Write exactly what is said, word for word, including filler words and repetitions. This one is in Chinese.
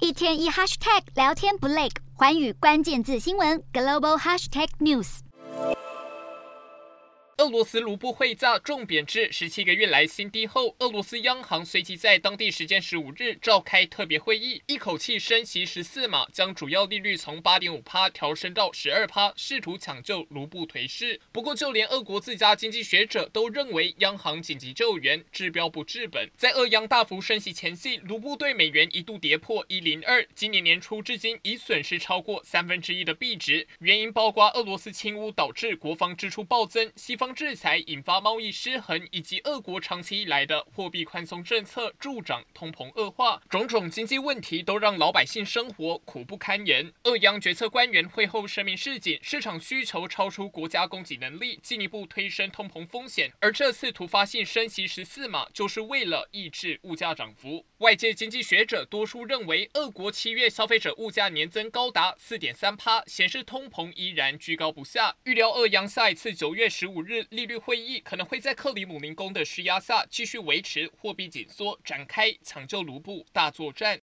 一天一 hashtag 聊天不累，寰宇关键字新闻 global hashtag news。 俄罗斯卢布汇价重贬至十七个月来新低后，俄罗斯央行随即在当地时间十五日召开特别会议，一口气升息十四码，将主要利率从 八点五趴 调升到 十二趴， 试图抢救卢布颓势。不过，就连俄国自家经济学者都认为央行紧急救援治标不治本。在俄央大幅升息前夕，卢布对美元一度跌破一零二，今年年初至今已损失超过三分之一的币值。原因包括俄罗斯侵乌导致国防支出暴增，西方制裁引发贸易失衡，以及俄国长期以来的货币宽松政策助长通膨恶化，种种经济问题都让老百姓生活苦不堪言。俄央决策官员会后声明示警，市场需求超出国家供给能力，进一步推升通膨风险。而这次突发性升息十四码，就是为了抑制物价涨幅。外界经济学者多数认为，俄国七月消费者物价年增高达 四点三趴， 显示通膨依然居高不下。预料俄央下一次九月十五日利率会议可能会在克里姆林宫的施压下继续维持货币紧缩，展开抢救卢布大作战。